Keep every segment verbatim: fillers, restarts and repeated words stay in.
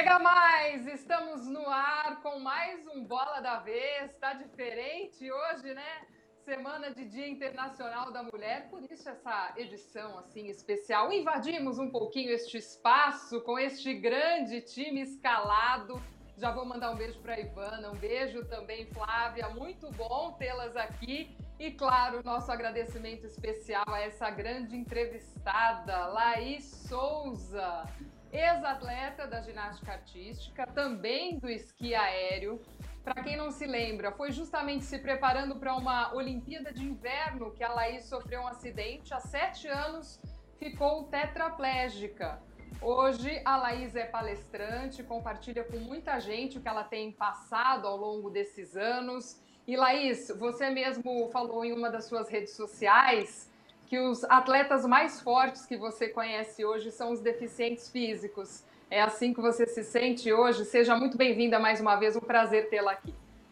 Chega mais! Estamos no ar com mais um Bola da Vez. Está diferente hoje, né? Semana de Dia Internacional da Mulher, por isso essa edição assim especial. Invadimos um pouquinho este espaço com este grande time escalado. Já vou mandar um beijo para a Ivana, um beijo também, Flávia. Muito bom tê-las aqui. E, claro, nosso agradecimento especial a essa grande entrevistada, Laís Souza, ex-atleta da ginástica artística, também do esqui aéreo. Para quem não se lembra, foi justamente se preparando para uma Olimpíada de Inverno que a Laís sofreu um acidente. Há sete anos ficou tetraplégica. Hoje a Laís é palestrante, compartilha com muita gente o que ela tem passado ao longo desses anos. E Laís, você mesmo falou em uma das suas redes sociais que os atletas mais fortes que você conhece hoje são os deficientes físicos. É assim que você se sente hoje? Seja muito bem-vinda mais uma vez, um prazer tê-la aqui.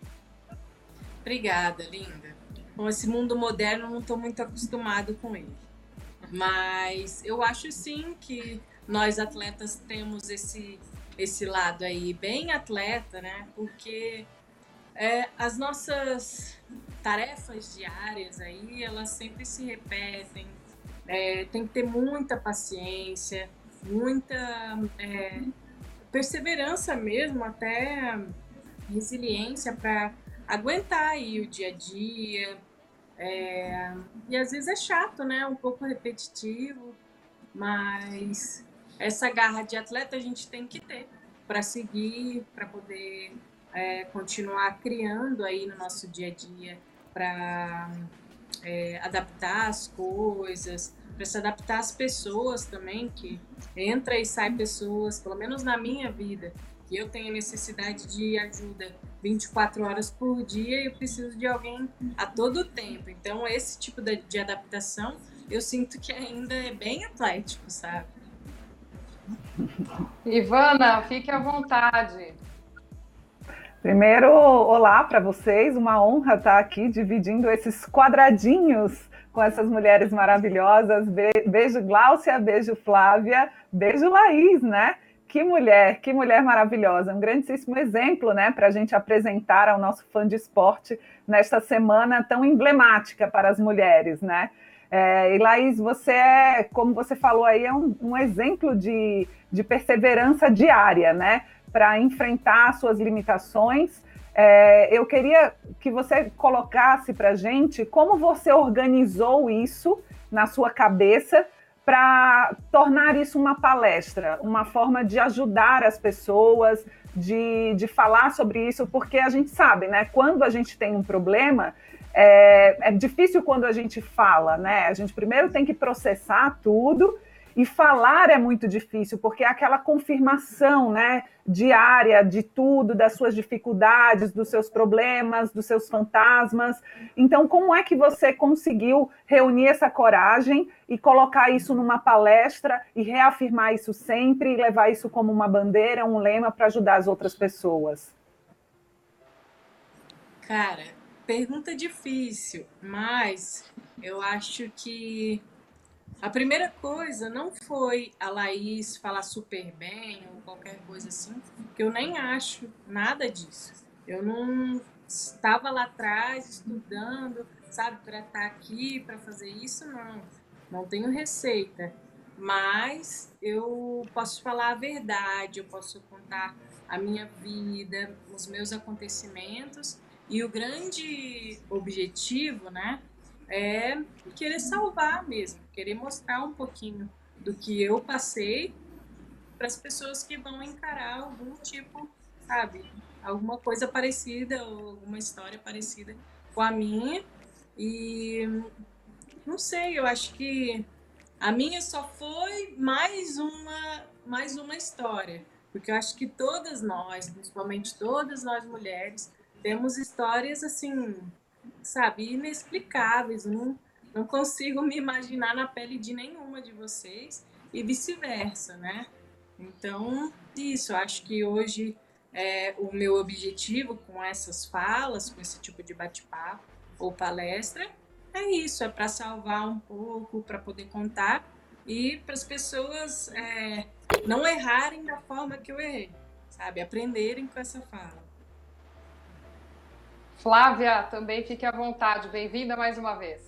Obrigada, linda. Com esse mundo moderno, não estou muito acostumado com ele. Mas eu acho sim que nós atletas temos esse, esse lado aí bem atleta, né? Porque é, as nossas tarefas diárias aí, elas sempre se repetem. É, tem que ter muita paciência, muita é, perseverança mesmo, até resiliência para aguentar aí o dia a dia. É, e às vezes é chato, né? Um pouco repetitivo, mas essa garra de atleta a gente tem que ter para seguir, para poder é, continuar criando aí no nosso dia a dia, para é, adaptar as coisas, para se adaptar às pessoas também, que entra e sai pessoas, pelo menos na minha vida, que eu tenho necessidade de ajuda vinte e quatro horas por dia e eu preciso de alguém a todo tempo. Então, esse tipo de, de adaptação, eu sinto que ainda é bem atlético, sabe? Ivana, fique à vontade. Primeiro, olá para vocês, uma honra estar aqui dividindo esses quadradinhos com essas mulheres maravilhosas. Beijo Gláucia, beijo Flávia, beijo Laís, né? Que mulher, que mulher maravilhosa, um grandíssimo exemplo, né, para a gente apresentar ao nosso fã de esporte nesta semana tão emblemática para as mulheres, né? É, e Laís, você é, como você falou aí, é um, um exemplo de, de perseverança diária, né? Para enfrentar suas limitações. É, eu queria que você colocasse para a gente como você organizou isso na sua cabeça para tornar isso uma palestra, uma forma de ajudar as pessoas, de, de falar sobre isso, porque a gente sabe, né? Quando a gente tem um problema, é, é difícil quando a gente fala, né? A gente primeiro tem que processar tudo. E falar é muito difícil, porque é aquela confirmação, né, diária de tudo, das suas dificuldades, dos seus problemas, dos seus fantasmas. Então, como é que você conseguiu reunir essa coragem e colocar isso numa palestra e reafirmar isso sempre e levar isso como uma bandeira, um lema para ajudar as outras pessoas? Cara, pergunta difícil, mas eu acho que a primeira coisa não foi a Laís falar super bem ou qualquer coisa assim, que eu nem acho nada disso. Eu não estava lá atrás estudando, sabe, para estar aqui, para fazer isso, não. Não tenho receita, mas eu posso falar a verdade, eu posso contar a minha vida, os meus acontecimentos e o grande objetivo, né? É querer salvar mesmo, querer mostrar um pouquinho do que eu passei para as pessoas que vão encarar algum tipo, sabe, alguma coisa parecida ou alguma história parecida com a minha. E não sei, eu acho que a minha só foi mais uma, mais uma história, porque eu acho que todas nós, principalmente todas nós mulheres, temos histórias assim, sabe, inexplicáveis. Eu não, não consigo me imaginar na pele de nenhuma de vocês e vice-versa, né? Então, isso, acho que hoje é, o meu objetivo com essas falas, com esse tipo de bate-papo ou palestra, é isso, é para salvar um pouco, para poder contar e para as pessoas é, não errarem da forma que eu errei, sabe? Aprenderem com essa fala. Flávia, também fique à vontade. Bem-vinda mais uma vez.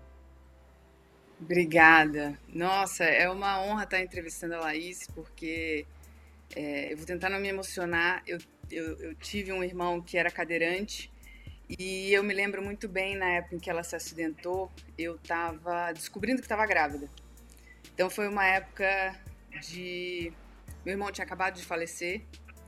Obrigada. Nossa, é uma honra estar entrevistando a Laís, porque é, eu vou tentar não me emocionar. Eu, eu, eu tive um irmão que era cadeirante e eu me lembro muito bem na época em que ela se acidentou, eu estava descobrindo que estava grávida. Então foi uma época de... Meu irmão tinha acabado de falecer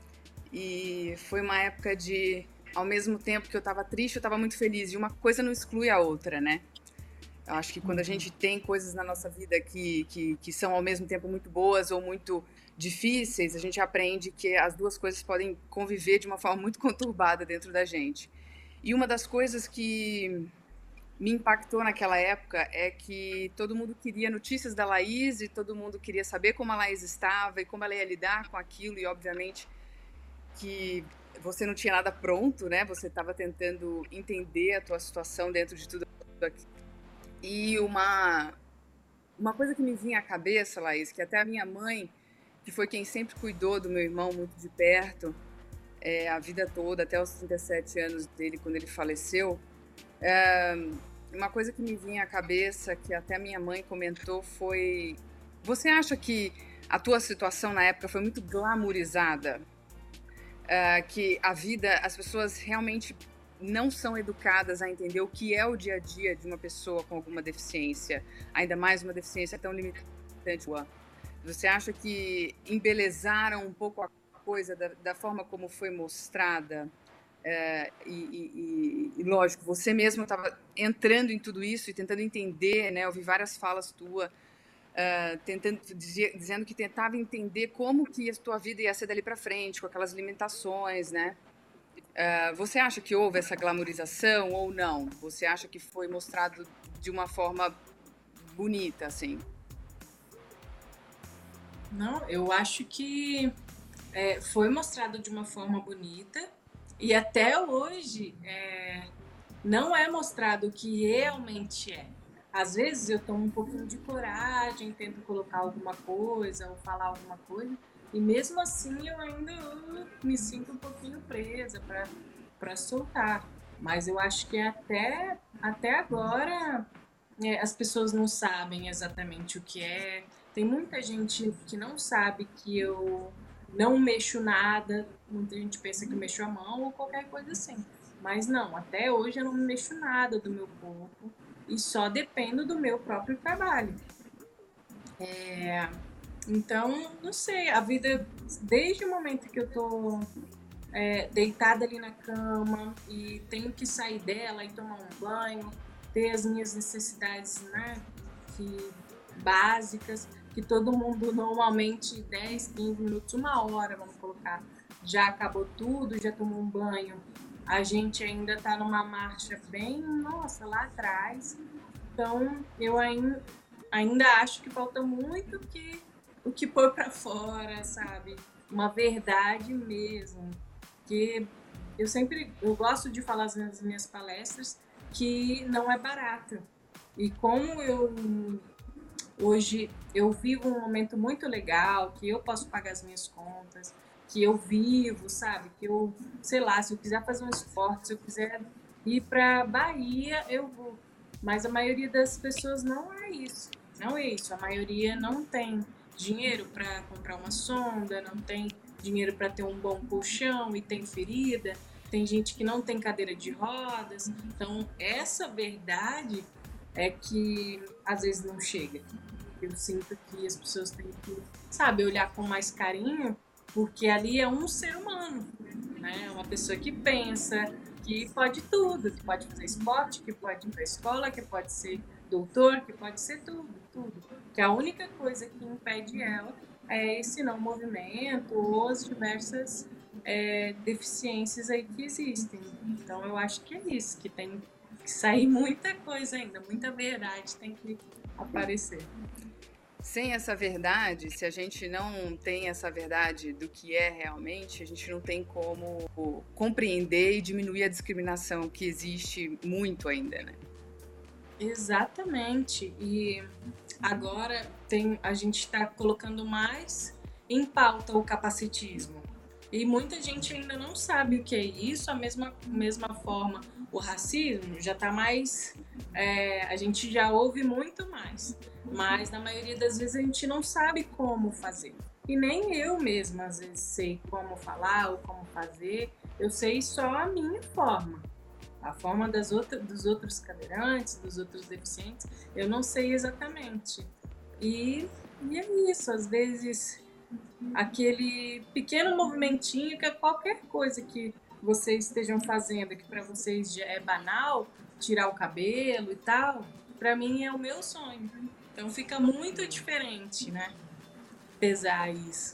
e foi uma época de... Ao mesmo tempo que eu estava triste, eu estava muito feliz. E uma coisa não exclui a outra, né? Eu acho que quando a gente tem coisas na nossa vida que, que, que são ao mesmo tempo muito boas ou muito difíceis, a gente aprende que as duas coisas podem conviver de uma forma muito conturbada dentro da gente. E uma das coisas que me impactou naquela época é que todo mundo queria notícias da Laís e todo mundo queria saber como a Laís estava e como ela ia lidar com aquilo, e obviamente que você não tinha nada pronto, né? Você estava tentando entender a tua situação dentro de tudo aquilo. E uma, uma coisa que me vinha à cabeça, Laís, que até a minha mãe, que foi quem sempre cuidou do meu irmão muito de perto, é, a vida toda, até os trinta e sete anos dele, quando ele faleceu, é, uma coisa que me vinha à cabeça, que até a minha mãe comentou, foi: você acha que a tua situação na época foi muito glamourizada? É, que a vida, as pessoas realmente não são educadas a entender o que é o dia a dia de uma pessoa com alguma deficiência, ainda mais uma deficiência tão limitante. Você acha que embelezaram um pouco a coisa da, da forma como foi mostrada? É, e, e, e, lógico, você mesmo estava entrando em tudo isso e tentando entender, né? Eu vi várias falas tuas, uh, tentando, dizia, dizendo que tentava entender como que a tua vida ia ser dali para frente, com aquelas limitações, né? Uh, você acha que houve essa glamourização ou não? Você acha que foi mostrado de uma forma bonita, assim? Não, eu acho que é, foi mostrado de uma forma bonita e até hoje é, não é mostrado o que realmente é. Às vezes eu tomo um pouquinho de coragem, tento colocar alguma coisa ou falar alguma coisa, e mesmo assim eu ainda me sinto um pouquinho presa para soltar. Mas eu acho que até, até agora é, as pessoas não sabem exatamente o que é. Tem muita gente que não sabe que eu não mexo nada. Muita gente pensa que eu mexo a mão ou qualquer coisa assim. Mas não, até hoje eu não mexo nada do meu corpo e só dependo do meu próprio trabalho. É, então, não sei, a vida, desde o momento que eu tô é, deitada ali na cama e tenho que sair dela e tomar um banho, ter as minhas necessidades, né, que, básicas, que todo mundo normalmente dez, quinze minutos, uma hora, vamos colocar, já acabou tudo, já tomou um banho, a gente ainda está numa marcha bem, nossa, lá atrás. Então, eu ainda, ainda acho que falta muito que, o que pôr para fora, sabe? Uma verdade mesmo. Que eu sempre, eu gosto de falar nas minhas palestras que não é barato. E como eu hoje eu vivo um momento muito legal, que eu posso pagar as minhas contas, que eu vivo, sabe? Que eu, sei lá, se eu quiser fazer um esporte, se eu quiser ir para Bahia, eu vou. Mas a maioria das pessoas não é isso. Não é isso. A maioria não tem dinheiro para comprar uma sonda, não tem dinheiro para ter um bom colchão e tem ferida. Tem gente que não tem cadeira de rodas. Então, essa verdade é que às vezes não chega. Eu sinto que as pessoas têm que, sabe, olhar com mais carinho, porque ali é um ser humano, né? Uma pessoa que pensa, que pode tudo, que pode fazer esporte, que pode ir para a escola, que pode ser doutor, que pode ser tudo, tudo. Que a única coisa que impede ela é esse não movimento ou as diversas é, deficiências aí que existem. Então eu acho que é isso, que tem que sair muita coisa ainda, muita verdade tem que aparecer. Sem essa verdade, se a gente não tem essa verdade do que é realmente, a gente não tem como compreender e diminuir a discriminação que existe muito ainda, né? Exatamente. E agora tem, a gente está colocando mais em pauta o capacitismo. E muita gente ainda não sabe o que é isso. A mesma, mesma forma, o racismo já está mais... É, a gente já ouve muito mais. Mas, na maioria das vezes, a gente não sabe como fazer. E nem eu mesma, às vezes, sei como falar ou como fazer. Eu sei só a minha forma. A forma das outras, dos outros cadeirantes, dos outros deficientes, eu não sei exatamente. E, e é isso, às vezes... aquele pequeno movimentinho que é qualquer coisa que vocês estejam fazendo, que para vocês já é banal, tirar o cabelo e tal, para mim é o meu sonho. Então fica muito diferente, né? Pesar isso.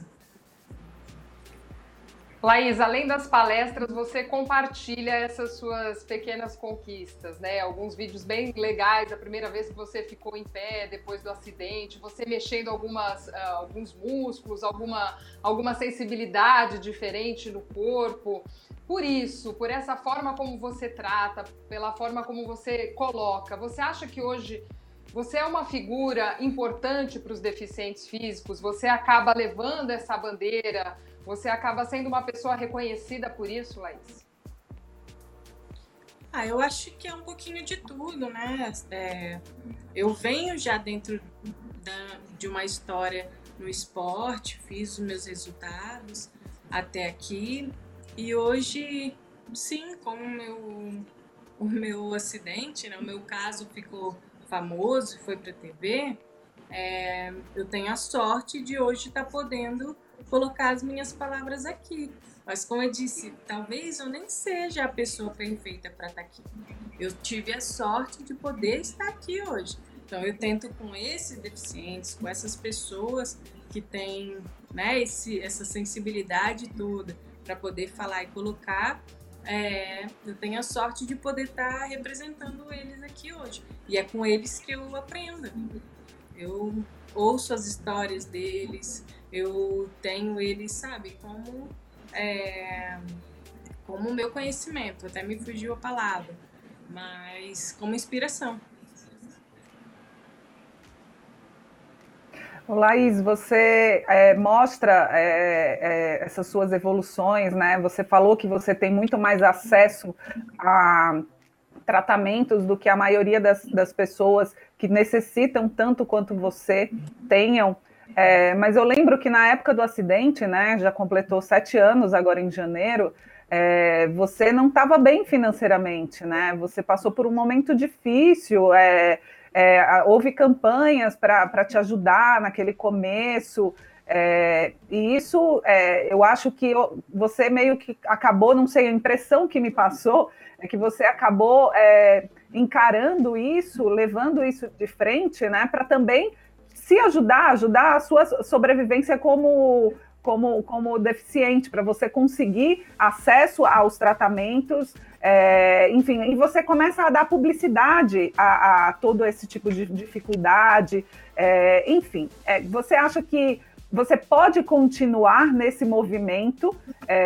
Laís, além das palestras, você compartilha essas suas pequenas conquistas, né? Alguns vídeos bem legais, a primeira vez que você ficou em pé depois do acidente, você mexendo algumas, uh, alguns músculos, alguma, alguma sensibilidade diferente no corpo. Por isso, por essa forma como você trata, pela forma como você coloca, você acha que hoje você é uma figura importante para os deficientes físicos? Você acaba levando essa bandeira? Você acaba sendo uma pessoa reconhecida por isso, Laís? Ah, eu acho que é um pouquinho de tudo, né? É, eu venho já dentro da, de uma história no esporte, fiz os meus resultados até aqui e hoje, sim, com o meu, o meu acidente, né? O meu caso ficou famoso, foi para a T V, é, eu tenho a sorte de hoje estar podendo colocar as minhas palavras aqui. Mas como eu disse, talvez eu nem seja a pessoa perfeita para estar aqui. Eu tive a sorte de poder estar aqui hoje. Então eu tento com esses deficientes, com essas pessoas que têm, né, esse, essa sensibilidade toda para poder falar e colocar, é, eu tenho a sorte de poder estar representando eles aqui hoje. E é com eles que eu aprendo. Eu ouço as histórias deles, eu tenho eles, sabe, como é, como meu conhecimento, até me fugiu a palavra, mas como inspiração. Laís, você é, mostra é, é, essas suas evoluções, né? Você falou que você tem muito mais acesso a tratamentos do que a maioria das, das pessoas que necessitam tanto quanto você tenham. É, mas eu lembro que na época do acidente, né, já completou sete anos agora em janeiro, é, você não estava bem financeiramente, né? Você passou por um momento difícil, é, é, houve campanhas para te ajudar naquele começo, é, e isso é, eu acho que você meio que acabou, não sei, a impressão que me passou é que você acabou é, encarando isso, levando isso de frente, né, para também se ajudar, ajudar a sua sobrevivência como, como, como deficiente, para você conseguir acesso aos tratamentos, é, enfim, e você começa a dar publicidade a, a todo esse tipo de dificuldade, é, enfim, é, você acha que você pode continuar nesse movimento,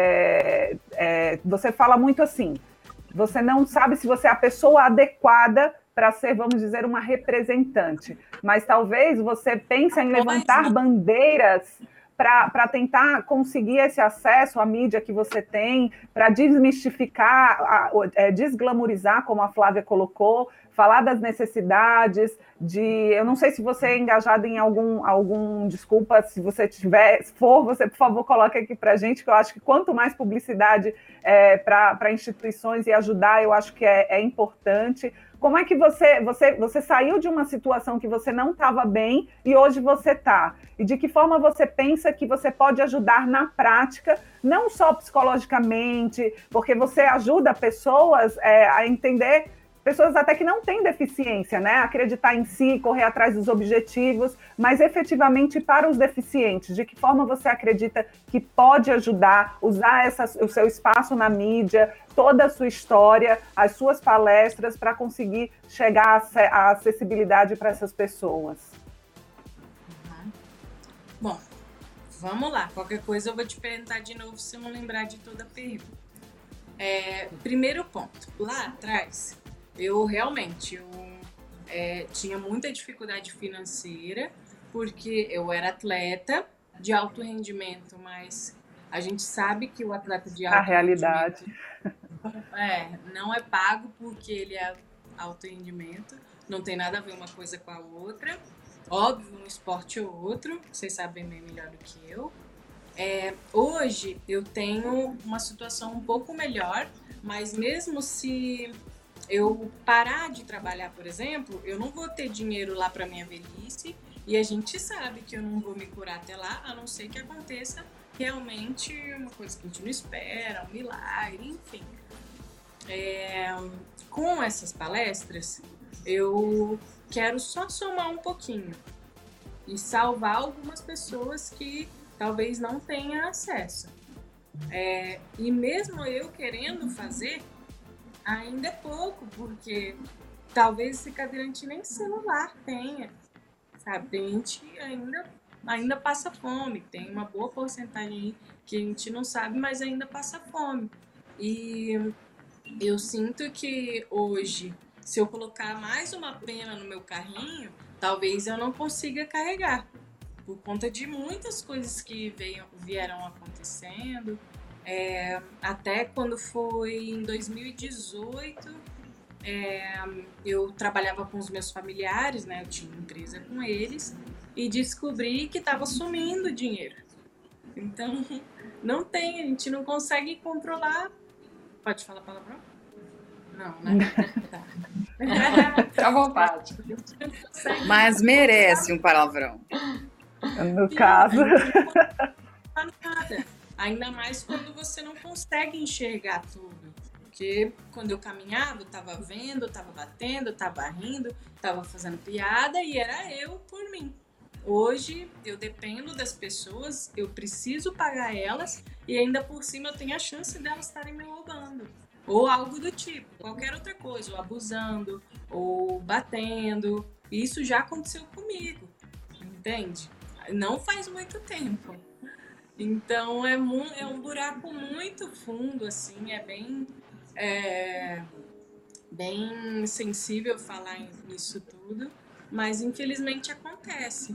é, é, você fala muito assim, você não sabe se você é a pessoa adequada para ser, vamos dizer, uma representante. Mas talvez você pense em levantar bandeiras para tentar conseguir esse acesso à mídia que você tem, para desmistificar, a, é, desglamorizar, como a Flávia colocou, falar das necessidades, de... Eu não sei se você é engajado em algum, algum desculpa, se você tiver, se for, você, por favor, coloque aqui para a gente, que eu acho que quanto mais publicidade é, para instituições e ajudar, eu acho que é, é importante. Como é que você, você, você saiu de uma situação que você não estava bem e hoje você está? E de que forma você pensa que você pode ajudar na prática, não só psicologicamente, porque você ajuda pessoas é, a entender, pessoas até que não têm deficiência, né? Acreditar em si, correr atrás dos objetivos, mas efetivamente para os deficientes, de que forma você acredita que pode ajudar, usar essa, o seu espaço na mídia, toda a sua história, as suas palestras, para conseguir chegar à acessibilidade para essas pessoas? Uhum. Bom, vamos lá. Qualquer coisa eu vou te perguntar de novo se eu não lembrar de toda a pergunta. É, primeiro ponto, lá atrás, eu realmente eu, é, tinha muita dificuldade financeira, porque eu era atleta de alto rendimento, mas A gente sabe que o atleta de A alto realidade. rendimento é, não é pago porque ele é alto rendimento, não tem nada a ver uma coisa com a outra. Óbvio, um esporte ou outro, vocês sabem bem melhor do que eu. É, hoje eu tenho uma situação um pouco melhor, mas mesmo se eu parar de trabalhar, por exemplo, eu não vou ter dinheiro lá para minha velhice e a gente sabe que eu não vou me curar até lá, a não ser que aconteça realmente uma coisa que a gente não espera, um milagre, enfim. É, com essas palestras, eu quero só somar um pouquinho e salvar algumas pessoas que talvez não tenham acesso. É, e mesmo eu querendo fazer, ainda é pouco, porque talvez esse cadeirante nem celular tenha, sabe? Tem gente ainda, ainda passa fome, tem uma boa porcentagem que a gente não sabe, mas ainda passa fome. E eu sinto que hoje, se eu colocar mais uma pena no meu carrinho, talvez eu não consiga carregar, por conta de muitas coisas que veio, vieram acontecendo. É, até quando foi em dois mil e dezoito, é, eu trabalhava com os meus familiares, né? Eu tinha empresa com eles e descobri que estava sumindo dinheiro. Então, não tem, a gente não consegue controlar. Pode falar palavrão? Não, né? Fica à vontade. Mas merece um palavrão. No caso. Nada. Ainda mais quando você não consegue enxergar tudo. Porque quando eu caminhava, eu tava vendo, eu tava batendo, eu tava rindo, tava fazendo piada e era eu por mim. Hoje eu dependo das pessoas, eu preciso pagar elas e ainda por cima eu tenho a chance delas estarem me roubando. Ou algo do tipo, qualquer outra coisa, ou abusando, ou batendo. Isso já aconteceu comigo, entende? Não faz muito tempo. Então é, mu- é um buraco muito fundo, assim, é bem, é, bem sensível falar nisso tudo, mas infelizmente acontece.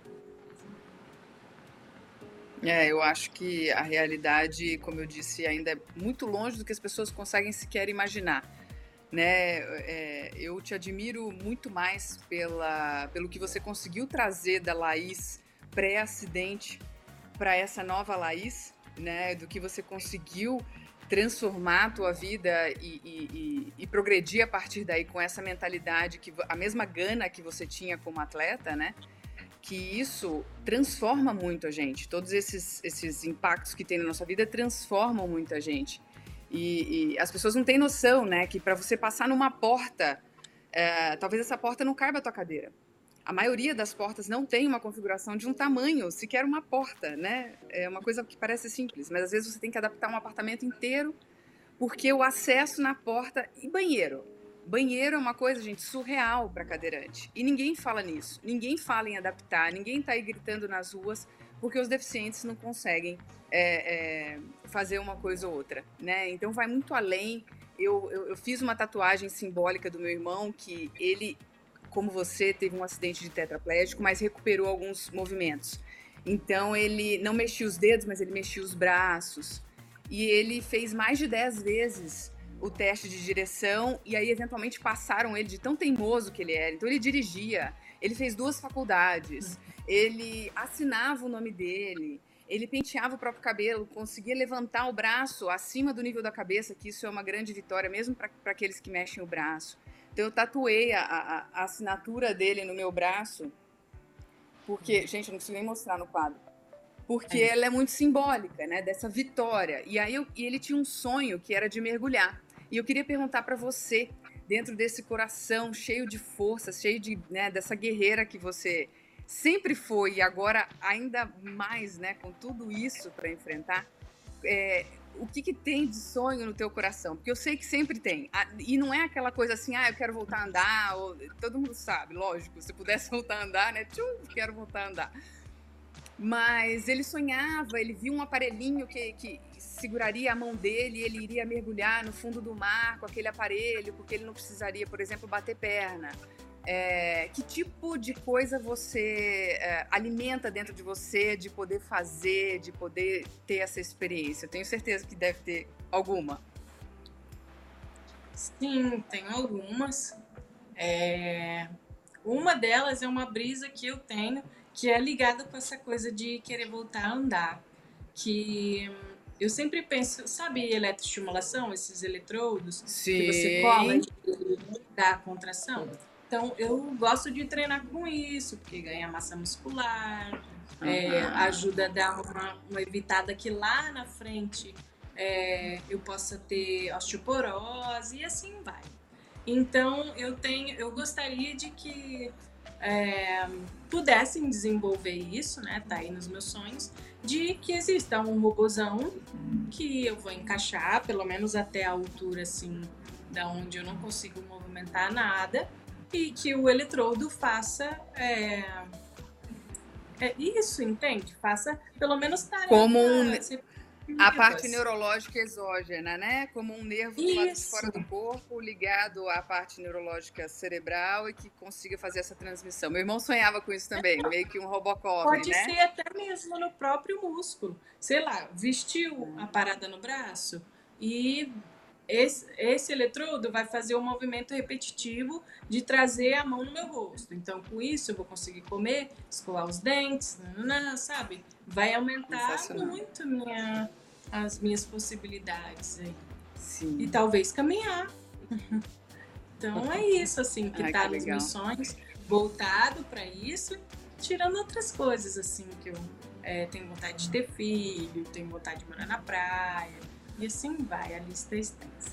É, eu acho que a realidade, como eu disse, ainda é muito longe do que as pessoas conseguem sequer imaginar, né? É, eu te admiro muito mais pela, pelo que você conseguiu trazer da Laís pré-acidente para essa nova Laís, né? Do que você conseguiu transformar a tua vida e, e, e, e progredir a partir daí com essa mentalidade, que a mesma gana que você tinha como atleta, né? Que isso transforma muito a gente. Todos esses, esses impactos que tem na nossa vida transformam muito a gente. E, e as pessoas não têm noção, né? Que para você passar numa porta, é, talvez essa porta não caiba a tua cadeira. A maioria das portas não tem uma configuração de um tamanho, sequer uma porta, né? É uma coisa que parece simples, mas às vezes você tem que adaptar um apartamento inteiro, porque o acesso na porta e banheiro. Banheiro é uma coisa, gente, surreal para cadeirante. E ninguém fala nisso. Ninguém fala em adaptar, ninguém está aí gritando nas ruas, porque os deficientes não conseguem é, é, fazer uma coisa ou outra, né? Então vai muito além. Eu, eu, eu fiz uma tatuagem simbólica do meu irmão, que ele, como você, teve um acidente de tetraplégico, mas recuperou alguns movimentos. Então ele não mexia os dedos, mas ele mexia os braços. E ele fez mais de dez vezes o teste de direção, e aí eventualmente passaram ele de tão teimoso que ele era. Então ele dirigia, ele fez duas faculdades, ele assinava o nome dele, ele penteava o próprio cabelo, conseguia levantar o braço acima do nível da cabeça, que isso é uma grande vitória, mesmo para aqueles que mexem o braço. Então eu tatuei a, a, a assinatura dele no meu braço, porque, gente, eu não consigo nem mostrar no quadro, porque é. ela é muito simbólica, né, dessa vitória. E aí eu, e ele tinha um sonho que era de mergulhar. E eu queria perguntar para você, dentro desse coração cheio de força, cheio de, né, dessa guerreira que você sempre foi e agora ainda mais, né, com tudo isso para enfrentar, é, o que, que tem de sonho no teu coração? Porque eu sei que sempre tem. E não é aquela coisa assim, ah, eu quero voltar a andar. Ou, todo mundo sabe, lógico, se pudesse voltar a andar, né, tchum, quero voltar a andar. Mas ele sonhava, ele viu um aparelhinho que, que seguraria a mão dele e ele iria mergulhar no fundo do mar com aquele aparelho, porque ele não precisaria, por exemplo, bater perna. É, que tipo de coisa você é, alimenta dentro de você de poder fazer, de poder ter essa experiência? Eu tenho certeza que deve ter alguma. Sim, tem algumas. É... Uma delas é uma brisa que eu tenho, que é ligada com essa coisa de querer voltar a andar. Que eu sempre penso, sabe eletroestimulação, esses eletrodos Sim. que você cola e dá contração? Então, eu gosto de treinar com isso, porque ganha massa muscular, uhum. é, ajuda a dar uma, uma evitada que lá na frente é, eu possa ter osteoporose e assim vai. Então, eu tenho, eu gostaria de que é, pudessem desenvolver isso, né? Tá aí nos meus sonhos, de que exista um robozão que eu vou encaixar, pelo menos até a altura, assim, da onde eu não consigo movimentar nada, e que o eletrodo faça é, é isso, entende? Faça pelo menos tarefa. Como um, a parte neurológica exógena, né? Como um nervo do lado de fora do corpo ligado à parte neurológica cerebral e que consiga fazer essa transmissão. Meu irmão sonhava com isso também, é. meio que um Robocop, Pode né? ser até mesmo no próprio músculo. Sei lá, vestiu a parada no braço e esse, esse eletrodo vai fazer um movimento repetitivo de trazer a mão no meu rosto. Então, com isso, eu vou conseguir comer, escovar os dentes, nananã, sabe? Vai aumentar muito minha, as minhas possibilidades aí. Sim. E talvez caminhar. Então, é isso, assim, que Ai, tá que nos legal. meus sonhos, voltado para isso, tirando outras coisas, assim, que eu é, tenho vontade de ter filho, tenho vontade de morar na praia. E assim vai, a lista é extensa.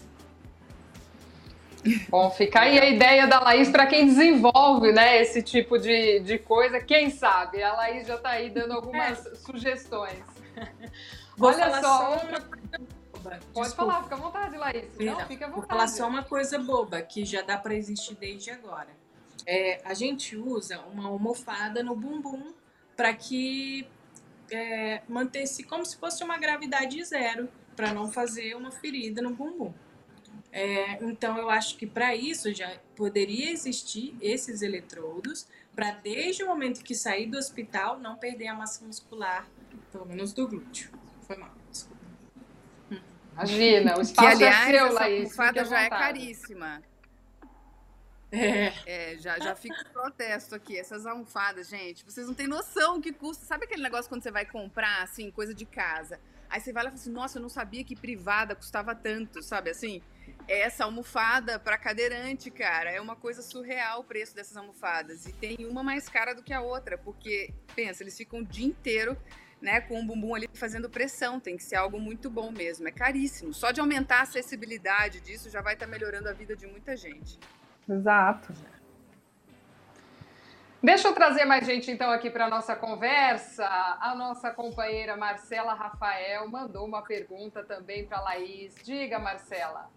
Bom, fica aí a ideia da Laís para quem desenvolve, né, esse tipo de, de coisa. Quem sabe? A Laís já está aí dando algumas é. sugestões. Vou Olha só, só outra... Boba. Pode Desculpa. falar, fica à vontade, Laís. Não, Não fica à vontade. Vou falar só uma coisa boba, que já dá para existir desde agora. É, a gente usa uma almofada no bumbum para que é, manter-se como se fosse uma gravidade zero, para não fazer uma ferida no bumbum. É, então, eu acho que para isso já poderia existir esses eletrodos, para desde o momento que sair do hospital não perder a massa muscular, pelo menos do glúteo. Foi mal, desculpa. Imagina, o espaço que, aliás, é seu, essa Laís. almofada já é caríssima. É. é já, já fica o protesto aqui. Essas almofadas, gente, vocês não têm noção que custa. Sabe aquele negócio quando você vai comprar, assim, coisa de casa? Aí você vai lá e fala assim, nossa, eu não sabia que privada custava tanto, sabe assim? Essa almofada para cadeirante, cara, é uma coisa surreal o preço dessas almofadas. E tem uma mais cara do que a outra, porque, pensa, eles ficam o dia inteiro, né, com o bumbum ali fazendo pressão. Tem que ser algo muito bom mesmo, é caríssimo. Só de aumentar a acessibilidade disso já vai estar melhorando a vida de muita gente. Exato. Deixa eu trazer mais gente, então, aqui para a nossa conversa. A nossa companheira Marcela Rafael mandou uma pergunta também para a Laís. Diga, Marcela.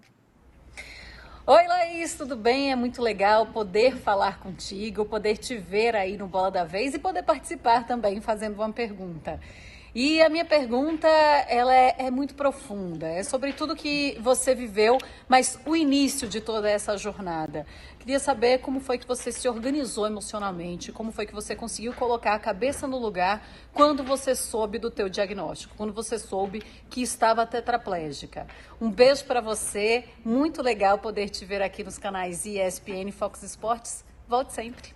Oi, Laís, tudo bem? É muito legal poder falar contigo, poder te ver aí no Bola da Vez e poder participar também fazendo uma pergunta. E a minha pergunta, ela é, é muito profunda, é sobre tudo que você viveu, mas o início de toda essa jornada. Queria saber como foi que você se organizou emocionalmente, como foi que você conseguiu colocar a cabeça no lugar quando você soube do teu diagnóstico, quando você soube que estava tetraplégica. Um beijo para você, muito legal poder te ver aqui nos canais E S P N e Fox Sports. Volte sempre.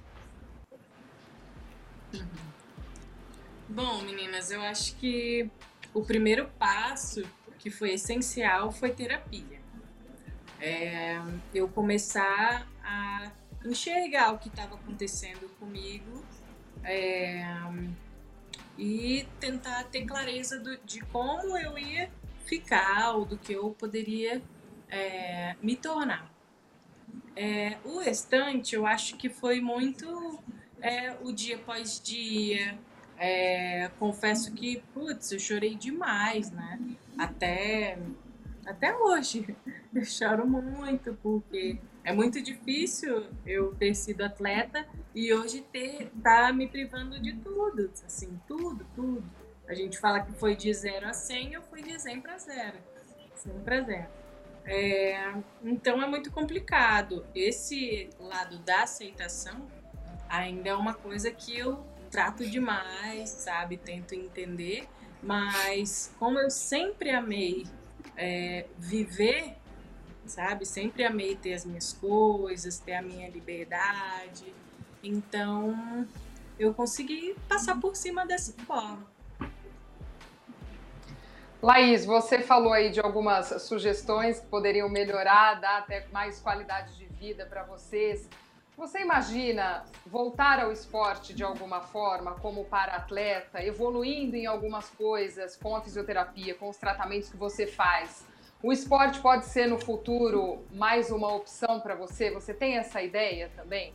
Bom, meninas, eu acho que o primeiro passo que foi essencial foi terapia. É, eu começar a enxergar o que estava acontecendo comigo é, e tentar ter clareza do, de como eu ia ficar ou do que eu poderia é, me tornar. É, o restante, eu acho que foi muito é, o dia após dia. É, confesso que, putz, eu chorei demais, né? Até, até hoje. Eu choro muito, porque é muito difícil eu ter sido atleta e hoje ter, tá me privando de tudo, assim, tudo, tudo. A gente fala que foi de zero a cem, eu fui de cem para zero. cem para zero. É, então é muito complicado. Esse lado da aceitação ainda é uma coisa que eu trato demais, sabe? Tento entender, mas como eu sempre amei é, viver, sabe? Sempre amei ter as minhas coisas, ter a minha liberdade. Então eu consegui passar por cima dessa forma. Laís, você falou aí de algumas sugestões que poderiam melhorar, dar até mais qualidade de vida para vocês. Você imagina voltar ao esporte de alguma forma, como para-atleta, evoluindo em algumas coisas com a fisioterapia, com os tratamentos que você faz? O esporte pode ser no futuro mais uma opção para você? Você tem essa ideia também?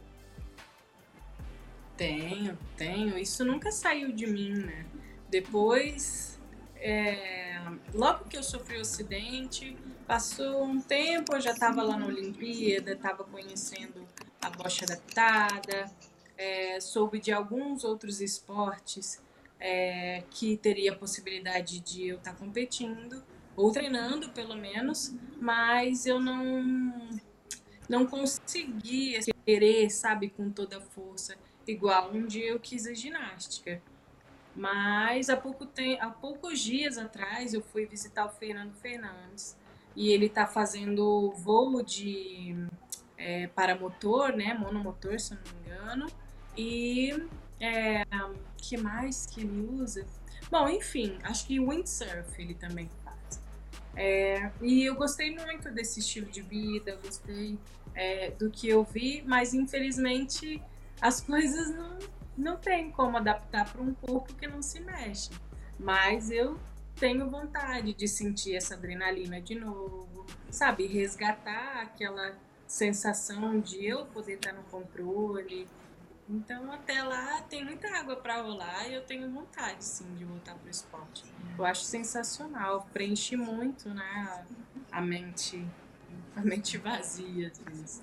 Tenho, tenho. Isso nunca saiu de mim, né? Depois, é, logo que eu sofri o acidente, passou um tempo, eu já estava lá na Olimpíada, estava conhecendo a bocha adaptada, é, soube de alguns outros esportes é, que teria a possibilidade de eu estar competindo, ou treinando pelo menos, mas eu não, não conseguia querer, sabe, com toda a força, igual um dia eu quis a ginástica. Mas há, pouco tem, há poucos dias atrás eu fui visitar o Fernando Fernandes e ele está fazendo voo de é, paramotor, né, monomotor, se eu não me engano, e é, que mais que ele usa? Bom, enfim, acho que windsurf ele também faz. É, e eu gostei muito desse estilo de vida, gostei é, do que eu vi, mas infelizmente as coisas não, não tem como adaptar para um corpo que não se mexe. Mas eu tenho vontade de sentir essa adrenalina de novo, sabe? Resgatar aquela sensação de eu poder estar no controle. Então, até lá, tem muita água para rolar e eu tenho vontade, sim, de voltar para o esporte. Eu acho sensacional, preenche muito, né, a mente, a mente vazia, às vezes.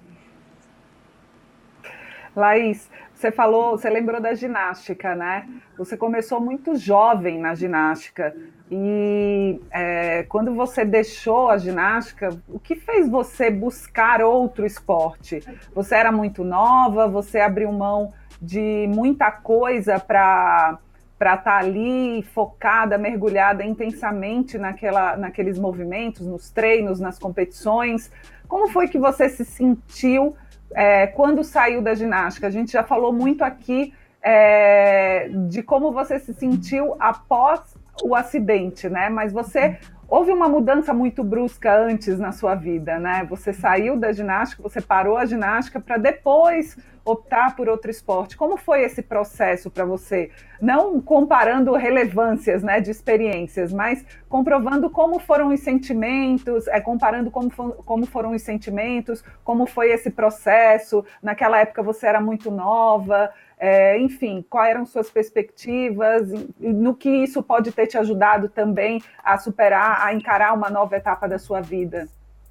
Laís, você falou, você lembrou da ginástica, né? Você começou muito jovem na ginástica e é, quando você deixou a ginástica, o que fez você buscar outro esporte? Você era muito nova, você abriu mão de muita coisa para para estar ali focada, mergulhada intensamente naquela, naqueles movimentos, nos treinos, nas competições. Como foi que você se sentiu É, quando saiu da ginástica? A gente já falou muito aqui é, de como você se sentiu após o acidente, né? Mas você houve uma mudança muito brusca antes na sua vida, né? Você saiu da ginástica, você parou a ginástica para depois optar por outro esporte. Como foi esse processo para você? Não comparando relevâncias, né, de experiências, mas comprovando como foram os sentimentos, é, comparando como, for, como foram os sentimentos, como foi esse processo. Naquela época você era muito nova, é, enfim, quais eram suas perspectivas, e no que isso pode ter te ajudado também a superar, a encarar uma nova etapa da sua vida?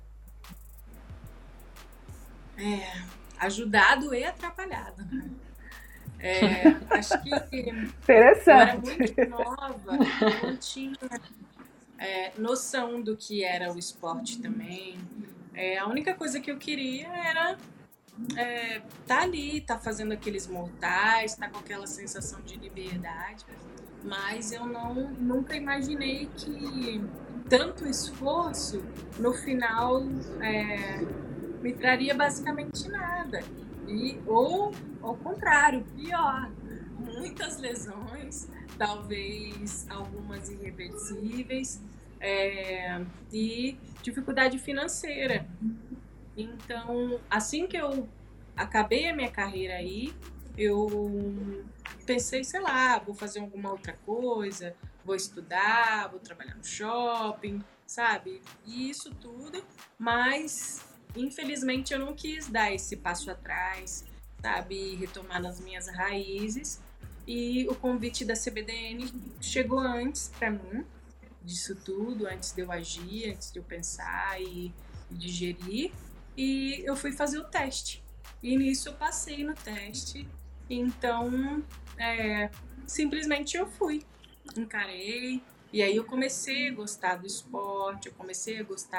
É... ajudado e atrapalhado. É, acho que interessante. Eu era muito nova, não tinha é, noção do que era o esporte também. É, a única coisa que eu queria era é, tá ali, tá fazendo aqueles mortais, tá com aquela sensação de liberdade, mas eu não, nunca imaginei que tanto esforço no final é, me traria basicamente nada. E, ou, ao contrário, pior, muitas lesões, talvez algumas irreversíveis, é, e dificuldade financeira. Então, assim que eu acabei a minha carreira aí, eu pensei, sei lá, vou fazer alguma outra coisa, vou estudar, vou trabalhar no shopping, sabe? E isso tudo, mas infelizmente eu não quis dar esse passo atrás, sabe? Retomar nas minhas raízes. E o convite da C B D N chegou antes para mim, disso tudo, antes de eu agir, antes de eu pensar e digerir. E eu fui fazer o teste. E nisso eu passei no teste. Então, é, simplesmente eu fui. Encarei. E aí eu comecei a gostar do esporte, eu comecei a gostar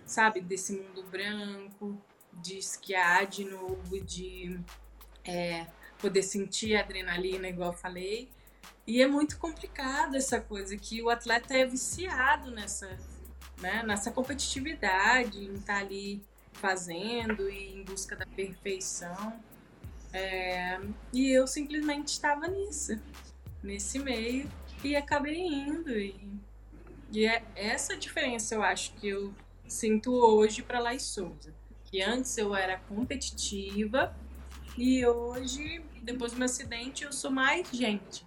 sabe, desse mundo branco, de esquiar de novo, de é, poder sentir a adrenalina, igual eu falei. E é muito complicado essa coisa, que o atleta é viciado nessa, né, nessa competitividade, em estar ali fazendo e em busca da perfeição. É, e eu simplesmente estava nisso, nesse meio, e acabei indo. E, e é essa diferença, eu acho, que eu sinto hoje para Laís Souza. Que antes eu era competitiva e hoje, depois do meu acidente, eu sou mais gente.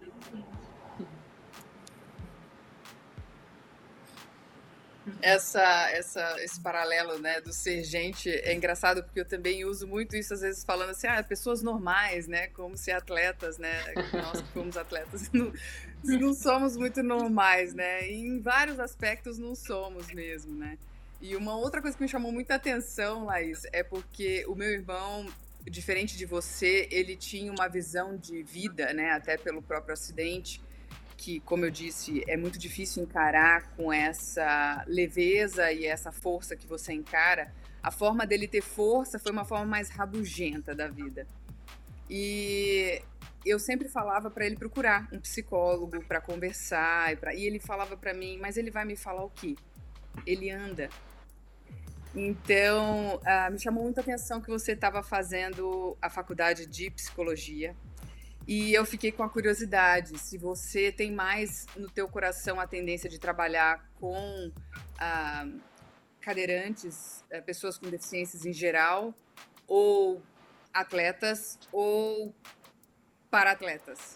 Essa, essa, esse paralelo, né, do ser gente é engraçado, porque eu também uso muito isso às vezes falando assim, ah, pessoas normais, né, como ser atletas, né, nós que fomos atletas não, não somos muito normais, né, e em vários aspectos não somos mesmo, né. E uma outra coisa que me chamou muita atenção, Laís, é porque o meu irmão, diferente de você, ele tinha uma visão de vida, né, até pelo próprio acidente, que, como eu disse, é muito difícil encarar com essa leveza e essa força que você encara. A forma dele ter força foi uma forma mais rabugenta da vida. E eu sempre falava para ele procurar um psicólogo para conversar, e, pra... e ele falava para mim, mas ele vai me falar o quê? Ele anda. Então, uh, me chamou muita atenção que você estava fazendo a faculdade de psicologia. E eu fiquei com a curiosidade, se você tem mais no teu coração a tendência de trabalhar com ah, cadeirantes, pessoas com deficiências em geral, ou atletas, ou para-atletas.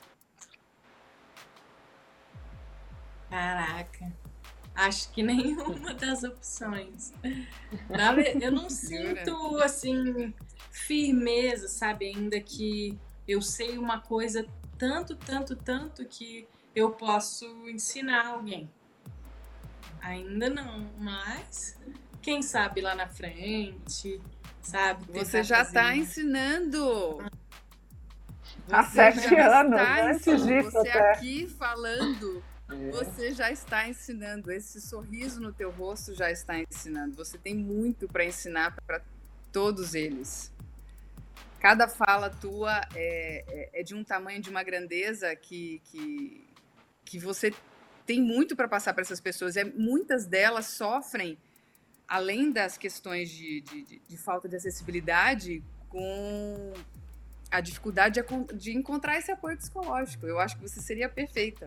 Caraca, acho que nenhuma das opções. Eu não sinto, assim, firmeza, sabe, ainda que eu sei uma coisa tanto, tanto, tanto que eu posso ensinar alguém. Ainda não, mas quem sabe lá na frente, sabe? Você já está ensinando. Há sete anos, antes disso. Você até. Aqui falando, é. Você já está ensinando. Esse sorriso no teu rosto já está ensinando. Você tem muito para ensinar para todos eles. Cada fala tua é, é, é de um tamanho, de uma grandeza que, que, que você tem muito para passar para essas pessoas. É, muitas delas sofrem, além das questões de, de, de falta de acessibilidade, com a dificuldade de, de encontrar esse apoio psicológico. Eu acho que você seria perfeita.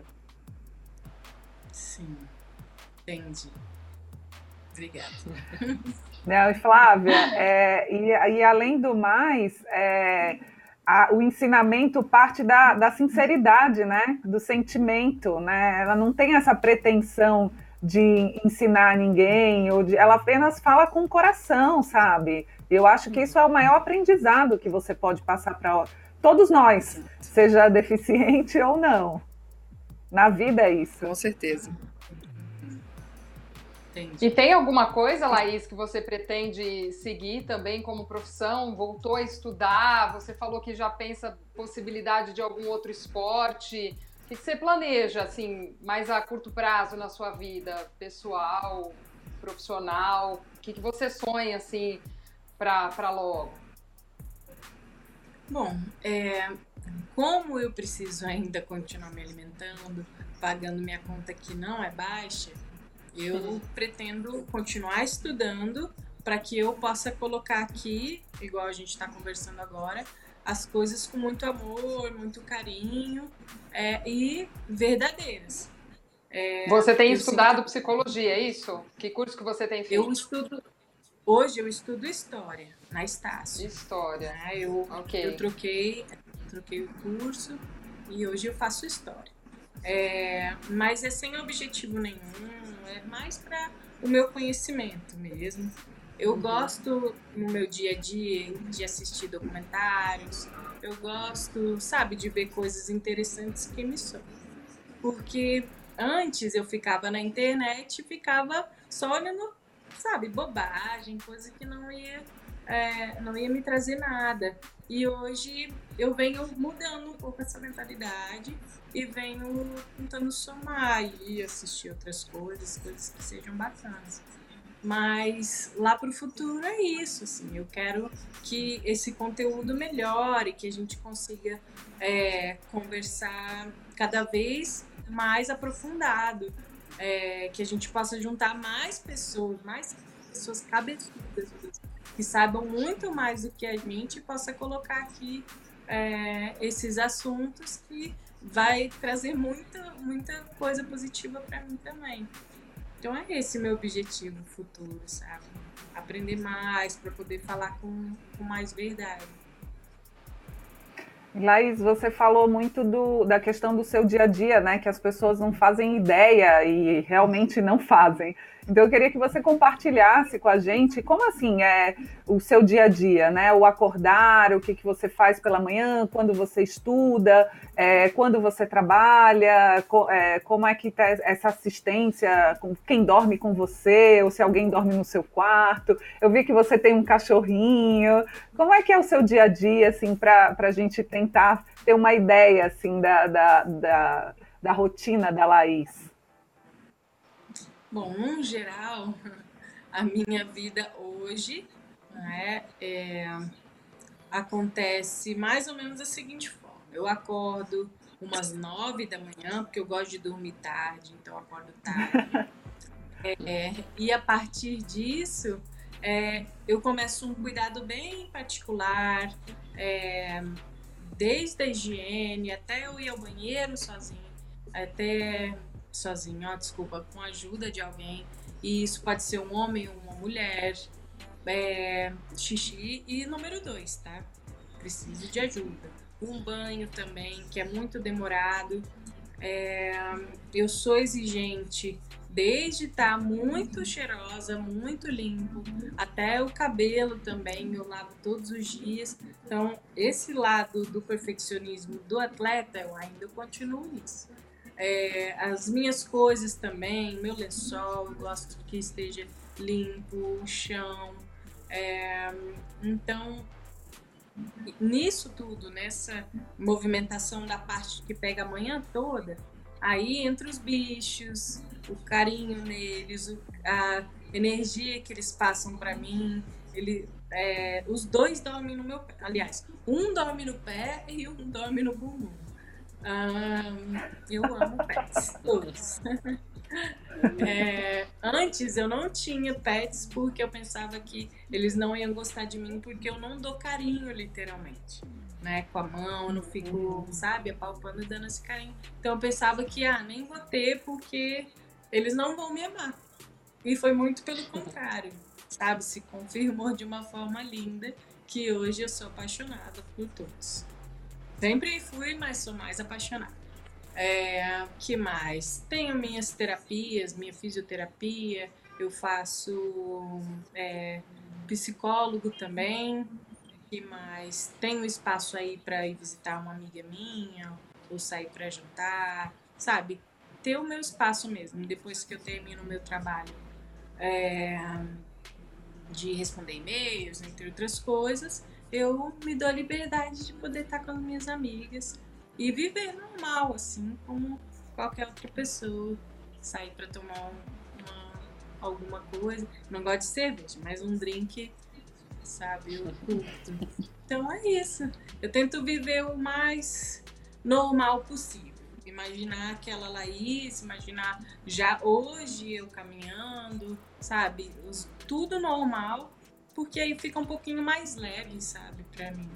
Sim, entendi. Obrigada. Não, e Flávia, é, e, e além do mais, é, a, o ensinamento parte da, da sinceridade, né? Do sentimento, né? Ela não tem essa pretensão de ensinar ninguém, ou de, ela apenas fala com o coração, sabe? Eu acho que isso é o maior aprendizado que você pode passar para todos nós, seja deficiente ou não. Na vida é isso. Com certeza. E tem alguma coisa, Laís, que você pretende seguir também como profissão? Voltou a estudar? Você falou que já pensa possibilidade de algum outro esporte. O que você planeja, assim, mais a curto prazo na sua vida pessoal, profissional? O que você sonha, assim, para logo? Bom, é, como eu preciso ainda continuar me alimentando, pagando minha conta que não é baixa, eu uhum. pretendo continuar estudando para que eu possa colocar aqui, igual a gente está conversando agora, as coisas com muito amor, muito carinho é, e verdadeiras. É, você tem estudado sinto... psicologia, é isso? Que curso que você tem feito? Eu estudo, hoje eu estudo História, na Estácio. História. Né? Eu, okay. eu troquei, troquei o curso e hoje eu faço História. É, mas é sem objetivo nenhum, é mais para o meu conhecimento mesmo. Eu uhum. gosto, no meu dia a dia, de assistir documentários, eu gosto, sabe, de ver coisas interessantes que me somam. Porque antes eu ficava na internet e ficava só olhando, sabe, bobagem, coisa que não ia, é, não ia me trazer nada. E hoje eu venho mudando um pouco essa mentalidade e venho tentando somar e assistir outras coisas, coisas que sejam bacanas. Mas lá para o futuro é isso, assim, eu quero que esse conteúdo melhore, que a gente consiga é, conversar cada vez mais aprofundado, é, que a gente possa juntar mais pessoas, mais pessoas cabeçudas, que saibam muito mais do que a gente e possa colocar aqui é, esses assuntos que vai trazer muita, muita coisa positiva para mim também. Então é esse meu objetivo futuro, sabe? Aprender mais para poder falar com, com mais verdade. Laís, você falou muito do, da questão do seu dia a dia, né? Que as pessoas não fazem ideia e realmente não fazem. Então eu queria que você compartilhasse com a gente como assim é o seu dia a dia, né? O acordar, o que, que você faz pela manhã, quando você estuda, é, quando você trabalha, co, é, como é que tá essa assistência, com quem dorme com você, ou se alguém dorme no seu quarto. Eu vi que você tem um cachorrinho. Como é que é o seu dia a dia, assim, para a gente tentar ter uma ideia assim, da, da, da, da rotina da Laís? Bom, no geral, a minha vida hoje, né, é, acontece mais ou menos da seguinte forma. Eu acordo umas nove da manhã, porque eu gosto de dormir tarde, então eu acordo tarde. É, e a partir disso, é, eu começo um cuidado bem particular, é, desde a higiene, até eu ir ao banheiro sozinho, até... sozinho, ó, desculpa, com a ajuda de alguém, e isso pode ser um homem ou uma mulher, é, xixi, e número dois, tá? Preciso de ajuda. Um banho também, que é muito demorado, é, eu sou exigente desde estar muito cheirosa, muito limpo, até o cabelo também, eu lavo todos os dias. Então, esse lado do perfeccionismo do atleta, eu ainda continuo nisso. É, as minhas coisas também, meu lençol, eu gosto que esteja limpo, o chão. É, então, nisso tudo, nessa movimentação da parte que pega a manhã toda, aí entra os bichos, o carinho neles, a energia que eles passam para mim. Ele, é, os dois dormem no meu pé. Aliás, um dorme no pé e um dorme no bumbum. Um, eu amo pets, todos. É, antes eu não tinha pets porque eu pensava que eles não iam gostar de mim porque eu não dou carinho, literalmente, né? Com a mão, eu não fico, sabe, apalpando e dando esse carinho. Então eu pensava que, ah, nem vou ter porque eles não vão me amar. E foi muito pelo contrário, sabe? Se confirmou de uma forma linda que hoje eu sou apaixonada por todos. Sempre fui, mas sou mais apaixonada. É, que mais? Tenho minhas terapias, minha fisioterapia, eu faço é, psicólogo também. Que mais? Tenho espaço aí para ir visitar uma amiga minha, ou sair para jantar, sabe? Ter o meu espaço mesmo, depois que eu termino o meu trabalho. É, de responder e-mails, entre outras coisas, eu me dou a liberdade de poder estar com as minhas amigas e viver normal, assim, como qualquer outra pessoa. Sair para tomar uma, alguma coisa. Não gosto de cerveja, mas um drink, sabe, eu curto. Então é isso. Eu tento viver o mais normal possível. Imaginar aquela Laís, imaginar já hoje eu caminhando, sabe? Os, tudo normal, porque aí fica um pouquinho mais leve, sabe, pra mim.